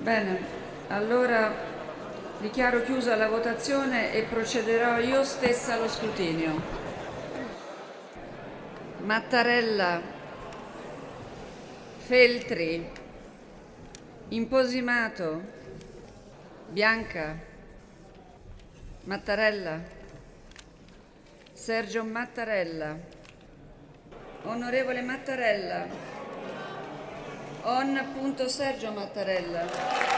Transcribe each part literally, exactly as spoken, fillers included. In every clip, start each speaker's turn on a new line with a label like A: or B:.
A: Bene, allora dichiaro chiusa la votazione e procederò io stessa allo scrutinio. Mattarella, Feltri, Imposimato, Bianca, Mattarella, Sergio Mattarella, onorevole Mattarella, on. Sergio Mattarella.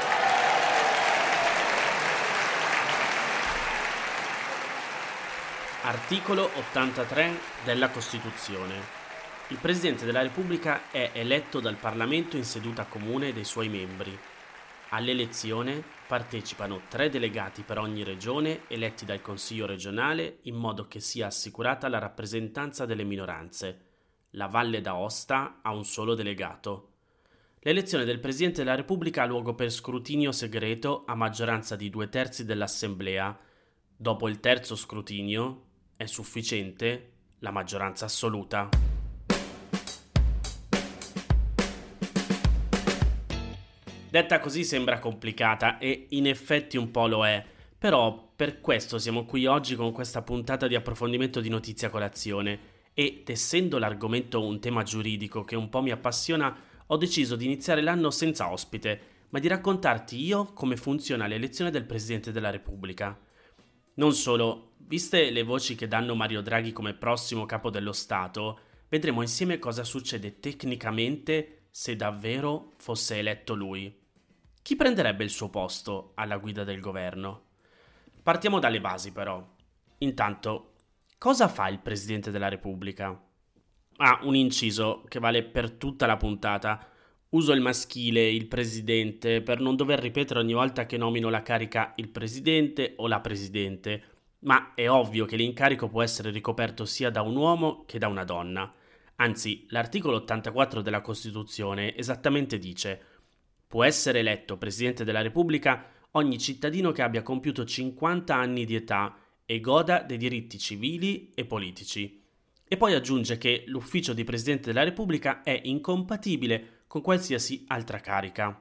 B: Articolo ottantatré della Costituzione. Il Presidente della Repubblica è eletto dal Parlamento in seduta comune dei suoi membri. All'elezione partecipano tre delegati per ogni regione eletti dal Consiglio regionale in modo che sia assicurata la rappresentanza delle minoranze. La Valle d'Aosta ha un solo delegato. L'elezione del Presidente della Repubblica ha luogo per scrutinio segreto a maggioranza di due terzi dell'Assemblea. Dopo il terzo scrutinio è sufficiente la maggioranza assoluta. Detta così sembra complicata e in effetti un po' lo è, però per questo siamo qui oggi con questa puntata di approfondimento di Notizia Colazione e, essendo l'argomento un tema giuridico che un po' mi appassiona, ho deciso di iniziare l'anno senza ospite, ma di raccontarti io come funziona l'elezione del Presidente della Repubblica. Non solo, viste le voci che danno Mario Draghi come prossimo capo dello Stato, vedremo insieme cosa succede tecnicamente se davvero fosse eletto lui. Chi prenderebbe il suo posto alla guida del governo? Partiamo dalle basi però. Intanto, cosa fa il Presidente della Repubblica? Ah, un inciso che vale per tutta la puntata. Uso il maschile, il presidente, per non dover ripetere ogni volta che nomino la carica il presidente o la presidente, ma è ovvio che l'incarico può essere ricoperto sia da un uomo che da una donna. Anzi, l'articolo ottantaquattro della Costituzione esattamente dice: può essere eletto Presidente della Repubblica ogni cittadino che abbia compiuto cinquanta anni di età e goda dei diritti civili e politici. E poi aggiunge che l'ufficio di Presidente della Repubblica è incompatibile con qualsiasi altra carica.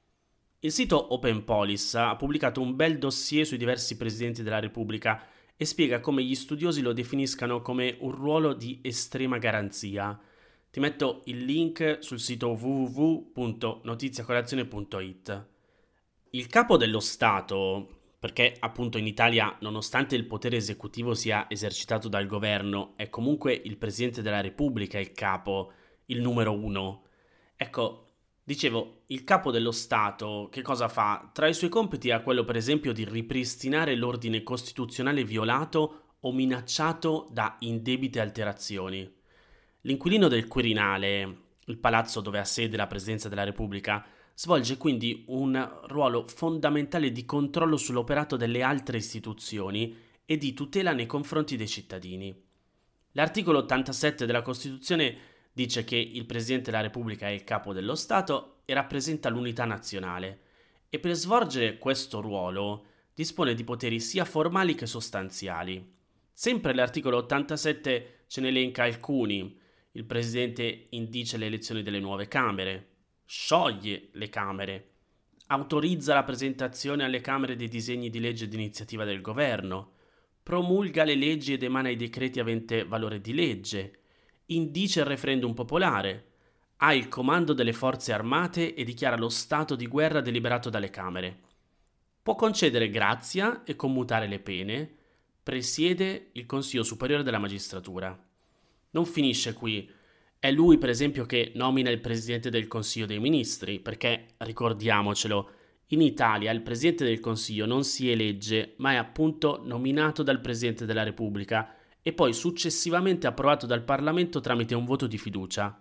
B: Il sito OpenPolis ha pubblicato un bel dossier sui diversi Presidenti della Repubblica e spiega come gli studiosi lo definiscano come un ruolo di estrema garanzia. Ti metto il link sul sito w w w punto notiziacolazione punto i t. Il capo dello Stato, perché appunto in Italia, nonostante il potere esecutivo sia esercitato dal governo, è comunque il Presidente della Repubblica il capo, il numero uno. Ecco, dicevo, il capo dello Stato che cosa fa? Tra i suoi compiti ha quello per esempio di ripristinare l'ordine costituzionale violato o minacciato da indebite alterazioni. L'inquilino del Quirinale, il palazzo dove ha sede la Presidenza della Repubblica, svolge quindi un ruolo fondamentale di controllo sull'operato delle altre istituzioni e di tutela nei confronti dei cittadini. L'articolo ottantasette della Costituzione dice che il Presidente della Repubblica è il capo dello Stato e rappresenta l'unità nazionale, e per svolgere questo ruolo dispone di poteri sia formali che sostanziali. Sempre l'articolo ottantasette ce ne elenca alcuni. Il Presidente indice le elezioni delle nuove Camere, scioglie le Camere, autorizza la presentazione alle Camere dei disegni di legge di iniziativa del governo, promulga le leggi ed emana i decreti avente valore di legge, indice il referendum popolare, ha il comando delle forze armate e dichiara lo stato di guerra deliberato dalle Camere. Può concedere grazia e commutare le pene, presiede il Consiglio Superiore della Magistratura. Non finisce qui. È lui, per esempio, che nomina il Presidente del Consiglio dei Ministri, perché, ricordiamocelo, in Italia il Presidente del Consiglio non si elegge, ma è appunto nominato dal Presidente della Repubblica e poi successivamente approvato dal Parlamento tramite un voto di fiducia.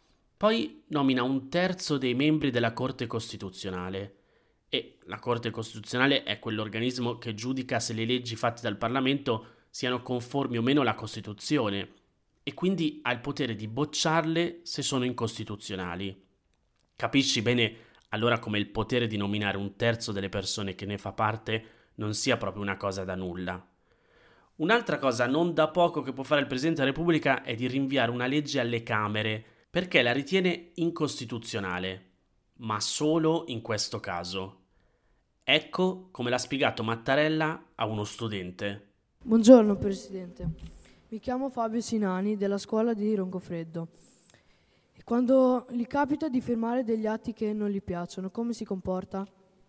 B: Poi nomina un terzo dei membri della Corte Costituzionale. E la Corte Costituzionale è quell'organismo che giudica se le leggi fatte dal Parlamento siano conformi o meno alla Costituzione, e quindi ha il potere di bocciarle se sono incostituzionali. Capisci bene allora come il potere di nominare un terzo delle persone che ne fa parte non sia proprio una cosa da nulla. Un'altra cosa non da poco che può fare il Presidente della Repubblica è di rinviare una legge alle Camere perché la ritiene incostituzionale. ma solo in questo caso. Ecco come l'ha spiegato Mattarella a uno studente.
C: Buongiorno Presidente, mi chiamo Fabio Sinani della scuola di Roncofreddo. E quando gli capita di firmare degli atti che non gli piacciono, come si comporta?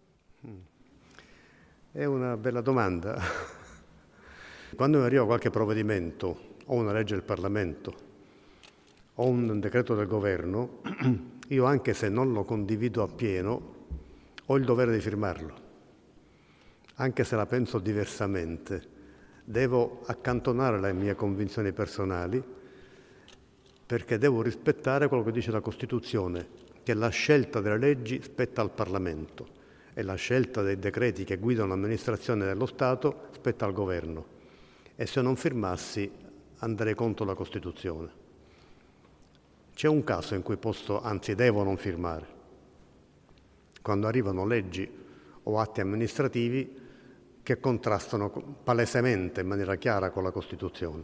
D: È una bella domanda. Quando mi arriva qualche provvedimento, o una legge del Parlamento, o un decreto del governo, io anche se non lo condivido appieno, ho il dovere di firmarlo. Anche se la penso diversamente, devo accantonare le mie convinzioni personali perché devo rispettare quello che dice la Costituzione, che la scelta delle leggi spetta al Parlamento e la scelta dei decreti che guidano l'amministrazione dello Stato spetta al governo. E se non firmassi andrei contro la Costituzione. C'è un caso in cui posso, anzi devo non firmare. Quando arrivano leggi o atti amministrativi che contrastano palesemente, in maniera chiara, con la Costituzione.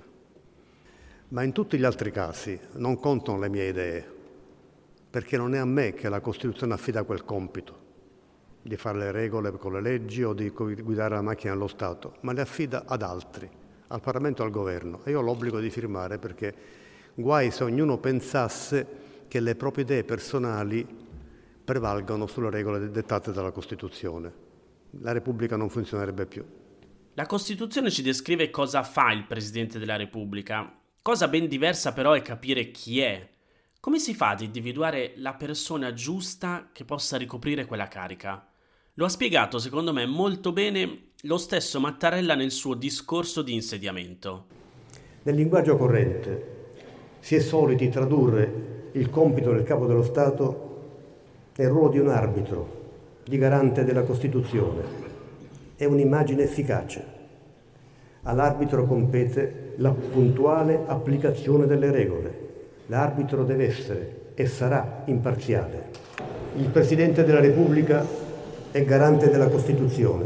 D: Ma in tutti gli altri casi non contano le mie idee, perché non è a me che la Costituzione affida quel compito di fare le regole con le leggi o di guidare la macchina dello Stato, ma le affida ad altri, al Parlamento e al Governo. E io ho l'obbligo di firmare perché guai se ognuno pensasse che le proprie idee personali prevalgono sulle regole dettate dalla Costituzione. La Repubblica non funzionerebbe più.
B: La Costituzione ci descrive cosa fa il Presidente della Repubblica. Cosa ben diversa però è capire chi è. Come si fa ad individuare la persona giusta che possa ricoprire quella carica? Lo ha spiegato, secondo me, molto bene lo stesso Mattarella nel suo discorso di insediamento.
D: Nel linguaggio corrente si è soliti tradurre il compito del Capo dello Stato nel ruolo di un arbitro, di garante della Costituzione. È un'immagine efficace. All'arbitro compete la puntuale applicazione delle regole. L'arbitro deve essere e sarà imparziale. Il Presidente della Repubblica è garante della Costituzione.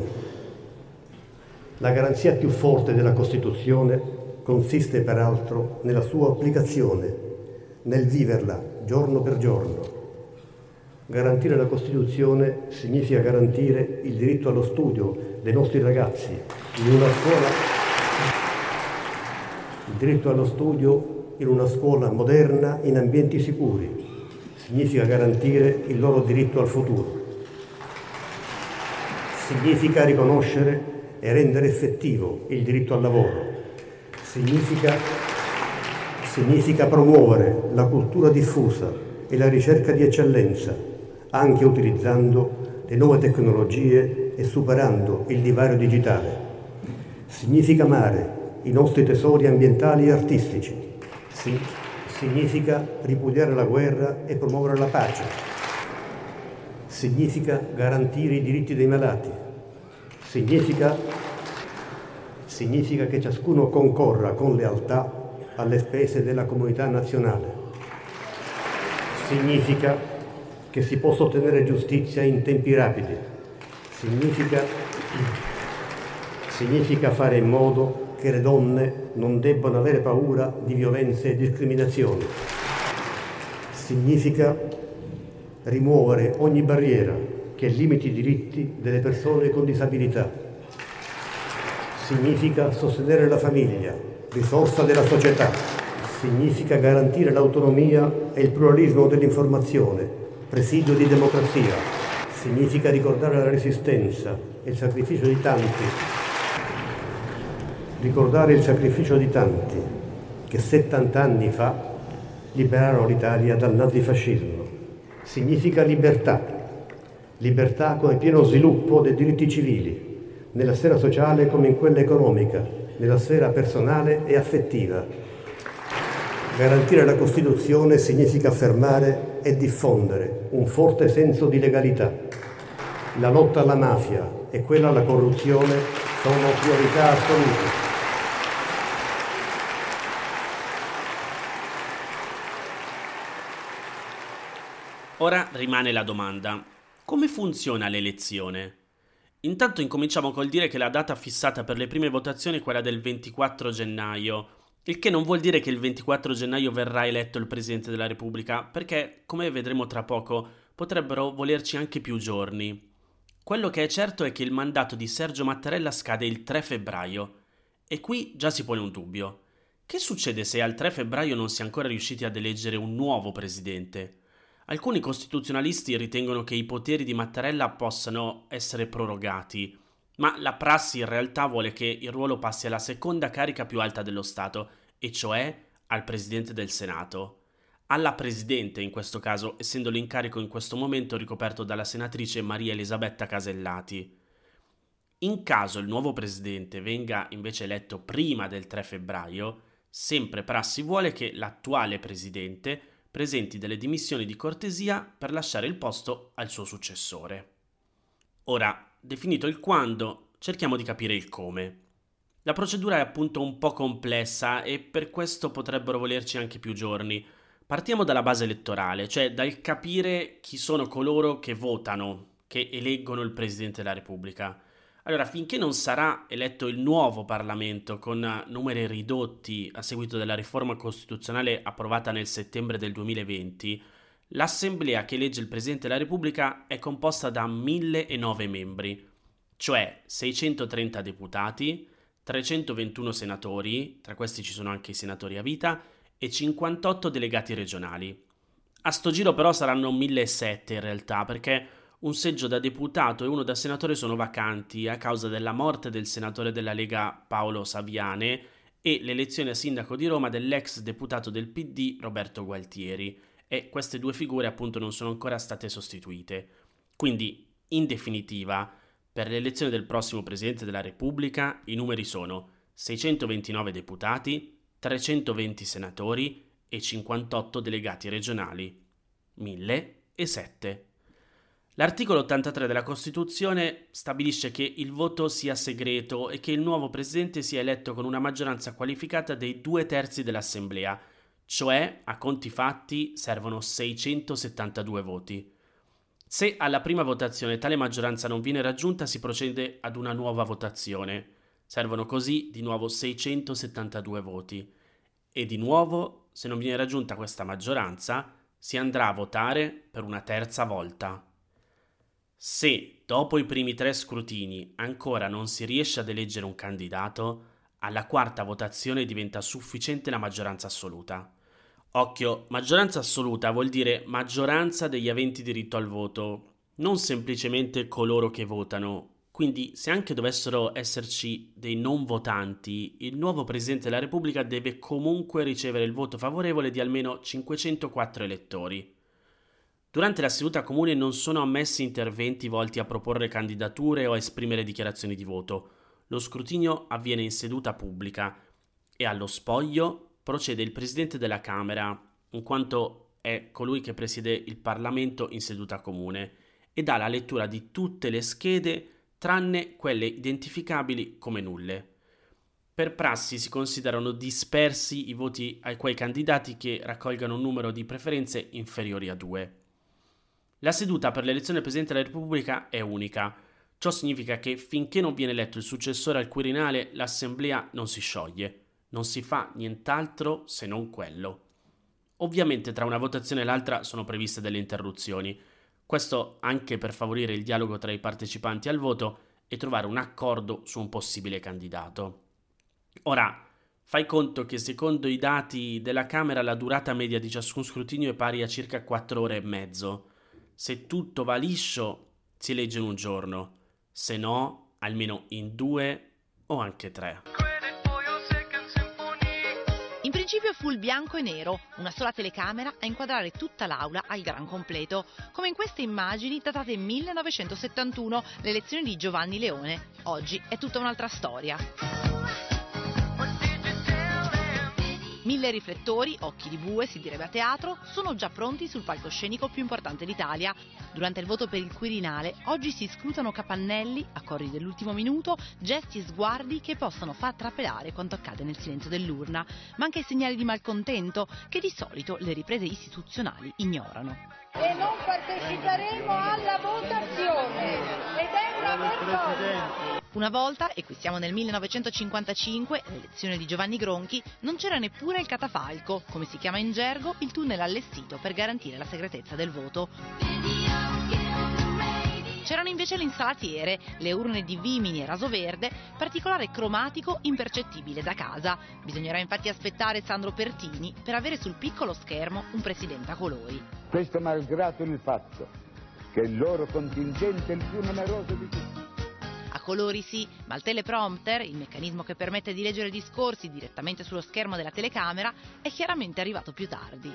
D: La garanzia più forte della Costituzione consiste peraltro nella sua applicazione, nel viverla giorno per giorno. Garantire la Costituzione significa garantire il diritto allo studio dei nostri ragazzi in una scuola, il diritto allo studio in una scuola moderna, in ambienti sicuri. Significa garantire il loro diritto al futuro. Significa riconoscere e rendere effettivo il diritto al lavoro. Significa, significa promuovere la cultura diffusa e la ricerca di eccellenza, anche utilizzando le nuove tecnologie e superando il divario digitale. Significa amare i nostri tesori ambientali e artistici. Sì, significa ripudiare la guerra e promuovere la pace. Significa garantire i diritti dei malati. Significa, significa che ciascuno concorra con lealtà alle spese della comunità nazionale. Significa che si possa ottenere giustizia in tempi rapidi. Significa, significa fare in modo che le donne non debbano avere paura di violenze e discriminazioni. Significa rimuovere ogni barriera che limiti i diritti delle persone con disabilità. Significa sostenere la famiglia, risorsa della società. Significa garantire l'autonomia e il pluralismo dell'informazione, presidio di democrazia. Significa ricordare la resistenza e il sacrificio di tanti. Ricordare il sacrificio di tanti che settanta anni fa liberarono l'Italia dal nazifascismo. Significa libertà. Libertà come pieno sviluppo dei diritti civili, nella sfera sociale come in quella economica, nella sfera personale e affettiva. Garantire la Costituzione significa affermare e diffondere un forte senso di legalità. La lotta alla mafia e quella alla corruzione sono priorità assolute.
B: Ora rimane la domanda: come funziona l'elezione? Intanto incominciamo col dire che la data fissata per le prime votazioni è quella del ventiquattro gennaio, il che non vuol dire che il ventiquattro gennaio verrà eletto il Presidente della Repubblica, perché, come vedremo tra poco, potrebbero volerci anche più giorni. Quello che è certo è che il mandato di Sergio Mattarella scade il tre febbraio. E qui già si pone un dubbio. Che succede se al tre febbraio non si è ancora riusciti ad eleggere un nuovo presidente? Alcuni costituzionalisti ritengono che i poteri di Mattarella possano essere prorogati, ma la prassi in realtà vuole che il ruolo passi alla seconda carica più alta dello Stato, e cioè al Presidente del Senato. Alla Presidente in questo caso, essendo l'incarico in questo momento ricoperto dalla senatrice Maria Elisabetta Casellati. In caso il nuovo Presidente venga invece eletto prima del tre febbraio, sempre prassi vuole che l'attuale Presidente presenti delle dimissioni di cortesia per lasciare il posto al suo successore. Ora, definito il quando, cerchiamo di capire il come. La procedura è appunto un po' complessa e per questo potrebbero volerci anche più giorni. Partiamo dalla base elettorale, cioè dal capire chi sono coloro che votano, che eleggono il Presidente della Repubblica. Allora, finché non sarà eletto il nuovo Parlamento con numeri ridotti a seguito della riforma costituzionale approvata nel settembre del duemilaventi, l'Assemblea che elegge il Presidente della Repubblica è composta da mille nove membri, cioè seicentotrenta deputati, trecentoventuno senatori, tra questi ci sono anche i senatori a vita, e cinquantotto delegati regionali. A sto giro però saranno millesettecento in realtà, perché un seggio da deputato e uno da senatore sono vacanti a causa della morte del senatore della Lega Paolo Saviane e l'elezione a sindaco di Roma dell'ex deputato del P D Roberto Gualtieri, e queste due figure appunto non sono ancora state sostituite. Quindi, in definitiva, per l'elezione del prossimo Presidente della Repubblica i numeri sono seicentoventinove deputati, trecentoventi senatori e cinquantotto delegati regionali. millesettecento. L'articolo ottantatré della Costituzione stabilisce che il voto sia segreto e che il nuovo Presidente sia eletto con una maggioranza qualificata dei due terzi dell'Assemblea, cioè, a conti fatti, servono seicentosettantadue voti. Se alla prima votazione tale maggioranza non viene raggiunta, si procede ad una nuova votazione. Servono così di nuovo seicentosettantadue voti. E di nuovo, se non viene raggiunta questa maggioranza, si andrà a votare per una terza volta. Se, dopo i primi tre scrutini, ancora non si riesce ad eleggere un candidato, alla quarta votazione diventa sufficiente la maggioranza assoluta. Occhio, maggioranza assoluta vuol dire maggioranza degli aventi diritto al voto, non semplicemente coloro che votano. Quindi, se anche dovessero esserci dei non votanti, il nuovo Presidente della Repubblica deve comunque ricevere il voto favorevole di almeno cinquecentoquattro elettori. Durante la seduta comune non sono ammessi interventi volti a proporre candidature o a esprimere dichiarazioni di voto. Lo scrutinio avviene in seduta pubblica e allo spoglio procede il Presidente della Camera, in quanto è colui che presiede il Parlamento in seduta comune, e dà la lettura di tutte le schede tranne quelle identificabili come nulle. Per prassi si considerano dispersi i voti ai quei candidati che raccolgano un numero di preferenze inferiori a due. La seduta per l'elezione del Presidente della Repubblica è unica. Ciò significa che finché non viene eletto il successore al Quirinale, l'Assemblea non si scioglie. Non si fa nient'altro se non quello. Ovviamente tra una votazione e l'altra sono previste delle interruzioni. Questo anche per favorire il dialogo tra i partecipanti al voto e trovare un accordo su un possibile candidato. Ora, fai conto che secondo i dati della Camera la durata media di ciascun scrutinio è pari a circa quattro ore e mezzo. Se tutto va liscio, si elegge in un giorno, se no, almeno in due o anche tre.
E: In principio fu il bianco e nero, una sola telecamera a inquadrare tutta l'aula al gran completo, come in queste immagini datate millenovecentosettantuno, le elezioni di Giovanni Leone. Oggi è tutta un'altra storia. Mille riflettori, occhi di bue, si direbbe a teatro, sono già pronti sul palcoscenico più importante d'Italia. Durante il voto per il Quirinale, oggi si scrutano capannelli, accordi dell'ultimo minuto, gesti e sguardi che possono far trapelare quanto accade nel silenzio dell'urna, ma anche segnali di malcontento che di solito le riprese istituzionali ignorano.
F: E non parteciperemo alla votazione, ed è una vergogna.
E: Una volta, e qui siamo nel millenovecentocinquantacinque, l'elezione di Giovanni Gronchi, non c'era neppure il catafalco, come si chiama in gergo il tunnel allestito per garantire la segretezza del voto. C'erano invece le insalatiere, le urne di vimini e raso verde, particolare cromatico impercettibile da casa. Bisognerà infatti aspettare Sandro Pertini per avere sul piccolo schermo un presidente a colori.
G: Questo malgrado il fatto che il loro contingente è il più numeroso di tutti.
E: A colori sì, ma il teleprompter, il meccanismo che permette di leggere i discorsi direttamente sullo schermo della telecamera, è chiaramente arrivato più tardi.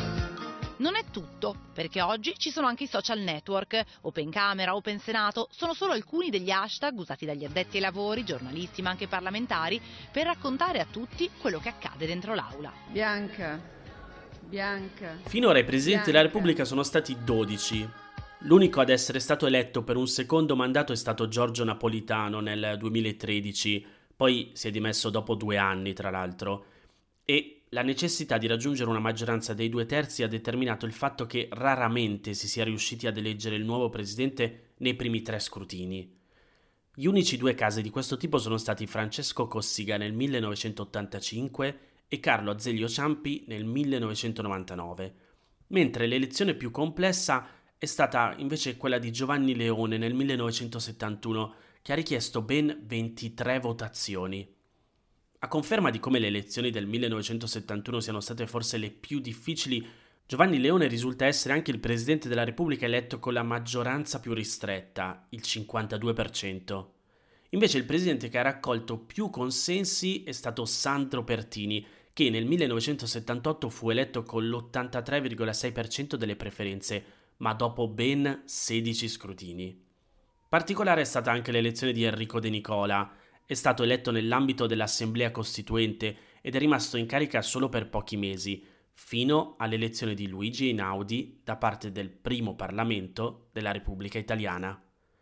E: Non è tutto, perché oggi ci sono anche i social network. Open Camera, Open Senato sono solo alcuni degli hashtag usati dagli addetti ai lavori, giornalisti ma anche parlamentari, per raccontare a tutti quello che accade dentro l'aula.
A: Bianca, Bianca.
B: Finora i presidenti
A: Bianca.
B: della Repubblica sono stati dodici. L'unico ad essere stato eletto per un secondo mandato è stato Giorgio Napolitano nel duemilatredici, poi si è dimesso dopo due anni tra l'altro, e la necessità di raggiungere una maggioranza dei due terzi ha determinato il fatto che raramente si sia riusciti ad eleggere il nuovo presidente nei primi tre scrutini. Gli unici due casi di questo tipo sono stati Francesco Cossiga nel millenovecentottantacinque e Carlo Azeglio Ciampi nel millenovecentonovantanove, mentre l'elezione più complessa è stata invece quella di Giovanni Leone nel millenovecentosettantuno, che ha richiesto ben ventitré votazioni. A conferma di come le elezioni del millenovecentosettantuno siano state forse le più difficili, Giovanni Leone risulta essere anche il presidente della Repubblica eletto con la maggioranza più ristretta, il cinquantadue per cento. Invece il presidente che ha raccolto più consensi è stato Sandro Pertini, che nel millenovecentosettantotto fu eletto con l'ottantatré virgola sei per cento delle preferenze, ma dopo ben sedici scrutini. Particolare è stata anche l'elezione di Enrico De Nicola. È stato eletto nell'ambito dell'Assemblea Costituente ed è rimasto in carica solo per pochi mesi, fino all'elezione di Luigi Einaudi da parte del primo Parlamento della Repubblica Italiana.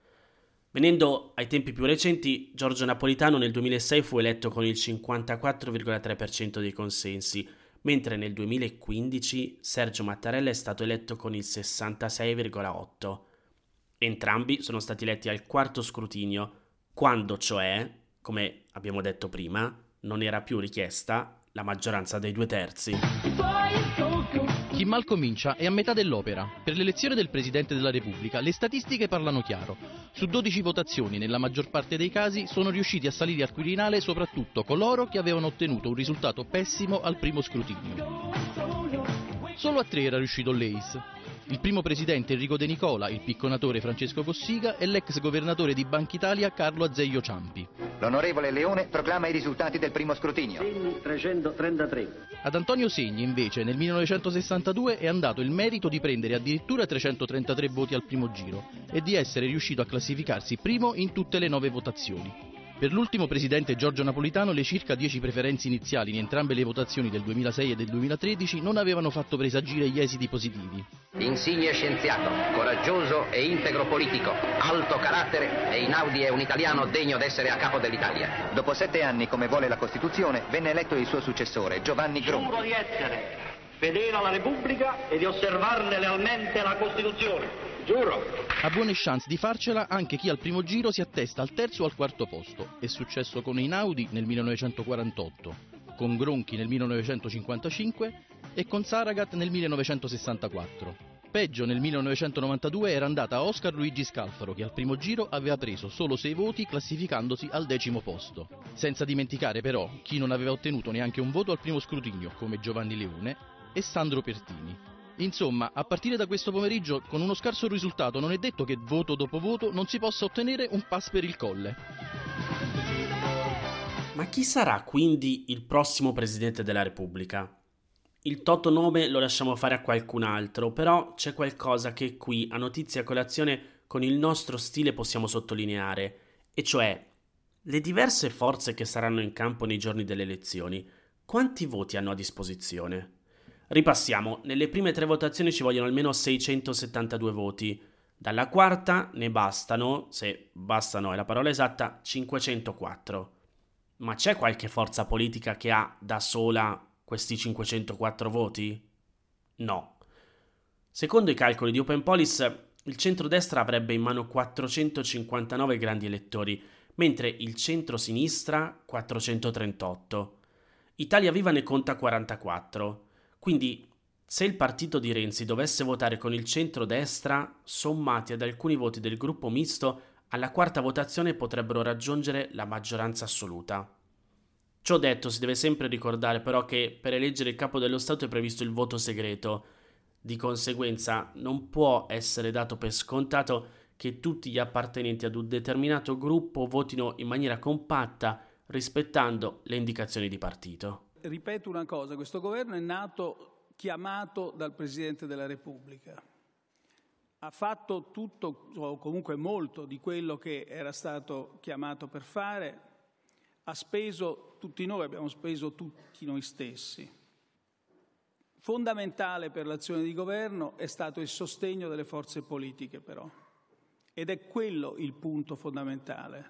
B: Venendo ai tempi più recenti, Giorgio Napolitano nel duemilasei fu eletto con il cinquantaquattro virgola tre per cento dei consensi, mentre nel duemilaquindici Sergio Mattarella è stato eletto con il sessantasei virgola otto per cento. Entrambi sono stati eletti al quarto scrutinio, quando cioè, come abbiamo detto prima, non era più richiesta la maggioranza dei due terzi.
H: Chi mal comincia è a metà dell'opera. Per l'elezione del Presidente della Repubblica le statistiche parlano chiaro. Su dodici votazioni, nella maggior parte dei casi, sono riusciti a salire al Quirinale soprattutto coloro che avevano ottenuto un risultato pessimo al primo scrutinio. Solo a tre era riuscito l'E I S. Il primo presidente Enrico De Nicola, il picconatore Francesco Cossiga e l'ex governatore di Banca Italia Carlo Azeglio Ciampi.
I: L'onorevole Leone proclama i risultati del primo scrutinio. trecentotrentatré.
H: Ad Antonio Segni, invece, nel millenovecentosessantadue è andato il merito di prendere addirittura trecentotrentatré voti al primo giro e di essere riuscito a classificarsi primo in tutte le nove votazioni. Per l'ultimo presidente Giorgio Napolitano le circa dieci preferenze iniziali in entrambe le votazioni del duemilasei e del duemilatredici non avevano fatto presagire gli esiti positivi.
I: Insigne scienziato, coraggioso e integro politico, alto carattere, e Einaudi è un italiano degno d'essere a capo dell'Italia. Dopo sette anni, come vuole la Costituzione, venne eletto il suo successore, Giovanni Gronchi.
J: Giuro di essere fedele alla Repubblica e di osservarne lealmente la Costituzione. Giuro.
H: Ha buone chance di farcela anche chi al primo giro si attesta al terzo o al quarto posto. È successo con Einaudi nel millenovecentoquarantotto, con Gronchi nel millenovecentocinquantacinque e con Saragat nel millenovecentosessantaquattro. Peggio, nel millenovecentonovantadue era andata a Oscar Luigi Scalfaro, che al primo giro aveva preso solo sei voti classificandosi al decimo posto. Senza dimenticare però chi non aveva ottenuto neanche un voto al primo scrutinio, come Giovanni Leone e Sandro Pertini. Insomma, a partire da questo pomeriggio, con uno scarso risultato, non è detto che voto dopo voto non si possa ottenere un pass per il colle.
B: Ma chi sarà quindi il prossimo Presidente della Repubblica? Il toto nome lo lasciamo fare a qualcun altro, però c'è qualcosa che qui a Notizia Colazione con il nostro stile possiamo sottolineare, e cioè le diverse forze che saranno in campo nei giorni delle elezioni. Quanti voti hanno a disposizione? Ripassiamo, nelle prime tre votazioni ci vogliono almeno seicentosettantadue voti, dalla quarta ne bastano, se bastano è la parola esatta, cinquecentoquattro. Ma c'è qualche forza politica che ha da sola questi cinquecentoquattro voti? No. Secondo i calcoli di Open Police, il centrodestra avrebbe in mano quattrocentocinquantanove grandi elettori, mentre il centro-sinistra quattrocentotrentotto. Italia Viva ne conta quarantaquattro. Quindi Se il partito di Renzi dovesse votare con il centro-destra, sommati ad alcuni voti del gruppo misto, alla quarta votazione potrebbero raggiungere la maggioranza assoluta. Ciò detto, si deve sempre ricordare però che per eleggere il capo dello Stato è previsto il voto segreto. Di conseguenza non può essere dato per scontato che tutti gli appartenenti ad un determinato gruppo votino in maniera compatta rispettando le indicazioni di partito.
K: Ripeto una cosa, questo governo è nato chiamato dal Presidente della Repubblica. Ha fatto tutto, o comunque molto, di quello che era stato chiamato per fare, ha speso, tutti noi abbiamo speso tutti noi stessi. Fondamentale per l'azione di governo è stato il sostegno delle forze politiche, però, ed è quello il punto fondamentale.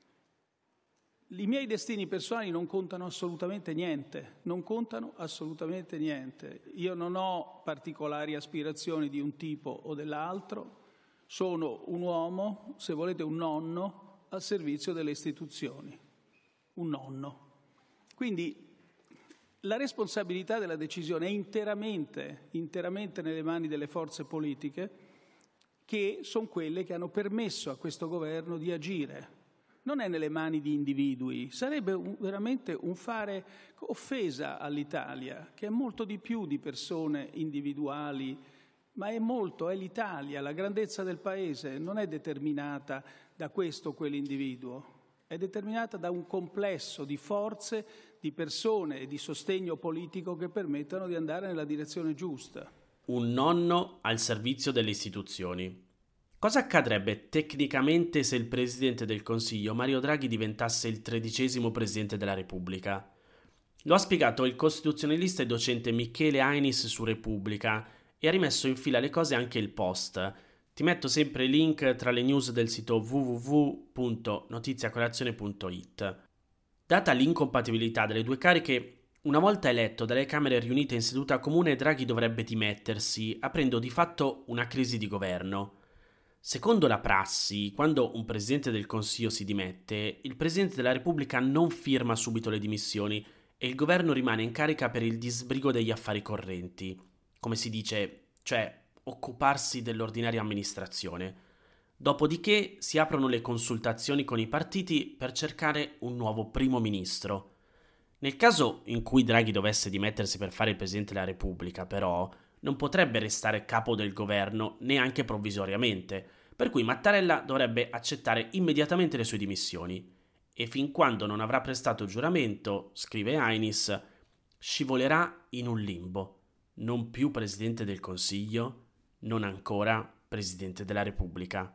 K: I miei destini personali non contano assolutamente niente, non contano assolutamente niente. Io non ho particolari aspirazioni di un tipo o dell'altro, sono un uomo, se volete un nonno, al servizio delle istituzioni, un nonno. Quindi la responsabilità della decisione è interamente, interamente nelle mani delle forze politiche, che sono quelle che hanno permesso a questo governo di agire. Non è nelle mani di individui, sarebbe un, veramente un fare offesa all'Italia, che è molto di più di persone individuali, ma è molto, è l'Italia, la grandezza del Paese non è determinata da questo o quell'individuo, è determinata da un complesso di forze, di persone e di sostegno politico che permettono di andare nella direzione giusta.
B: Un nonno al servizio delle istituzioni. Cosa accadrebbe tecnicamente se il Presidente del Consiglio Mario Draghi diventasse il tredicesimo Presidente della Repubblica? Lo ha spiegato il costituzionalista e docente Michele Ainis su Repubblica e ha rimesso in fila le cose anche il Post. Ti metto sempre il link tra le news del sito w w w punto notiziacolazione punto i t. Data l'incompatibilità delle due cariche, una volta eletto dalle Camere riunite in seduta comune, Draghi dovrebbe dimettersi, aprendo di fatto una crisi di governo. Secondo la prassi, quando un Presidente del Consiglio si dimette, il Presidente della Repubblica non firma subito le dimissioni e il governo rimane in carica per il disbrigo degli affari correnti, come si dice, cioè occuparsi dell'ordinaria amministrazione. Dopodiché si aprono le consultazioni con i partiti per cercare un nuovo primo ministro. Nel caso in cui Draghi dovesse dimettersi per fare il Presidente della Repubblica, però, non potrebbe restare capo del governo neanche provvisoriamente, per cui Mattarella dovrebbe accettare immediatamente le sue dimissioni e fin quando non avrà prestato giuramento, scrive Ainis, scivolerà in un limbo, non più Presidente del Consiglio, non ancora Presidente della Repubblica.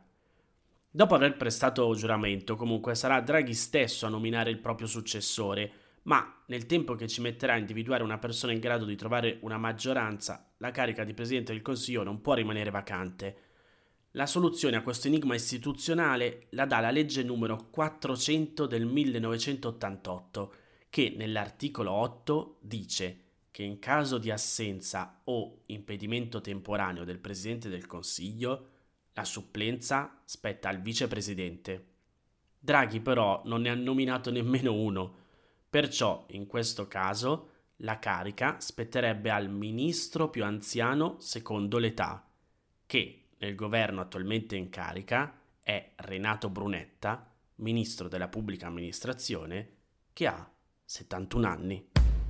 B: Dopo aver prestato giuramento, comunque sarà Draghi stesso a nominare il proprio successore, ma nel tempo che ci metterà a individuare una persona in grado di trovare una maggioranza, la carica di Presidente del Consiglio non può rimanere vacante. La soluzione a questo enigma istituzionale la dà la legge numero quattrocento del millenovecentottantotto, che nell'articolo otto dice che in caso di assenza o impedimento temporaneo del Presidente del Consiglio, la supplenza spetta al vicepresidente. Draghi però non ne ha nominato nemmeno uno. Perciò, in questo caso, la carica spetterebbe al ministro più anziano secondo l'età, che nel governo attualmente in carica è Renato Brunetta, ministro della pubblica amministrazione, che ha settantuno anni.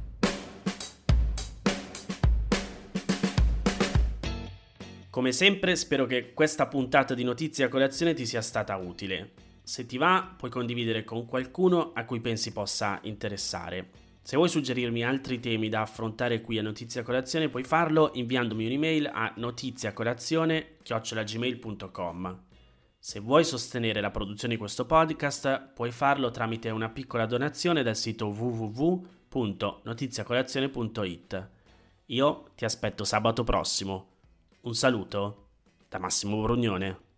B: Come sempre, spero che questa puntata di Notizie a Colazione ti sia stata utile. Se ti va, puoi condividere con qualcuno a cui pensi possa interessare. Se vuoi suggerirmi altri temi da affrontare qui a Notizie a Colazione, puoi farlo inviandomi un'email a notiziacolazione chiocciola gmail punto com. Se vuoi sostenere la produzione di questo podcast, puoi farlo tramite una piccola donazione dal sito w w w punto notiziacolazione punto i t. Io ti aspetto sabato prossimo. Un saluto da Massimo Brugnone.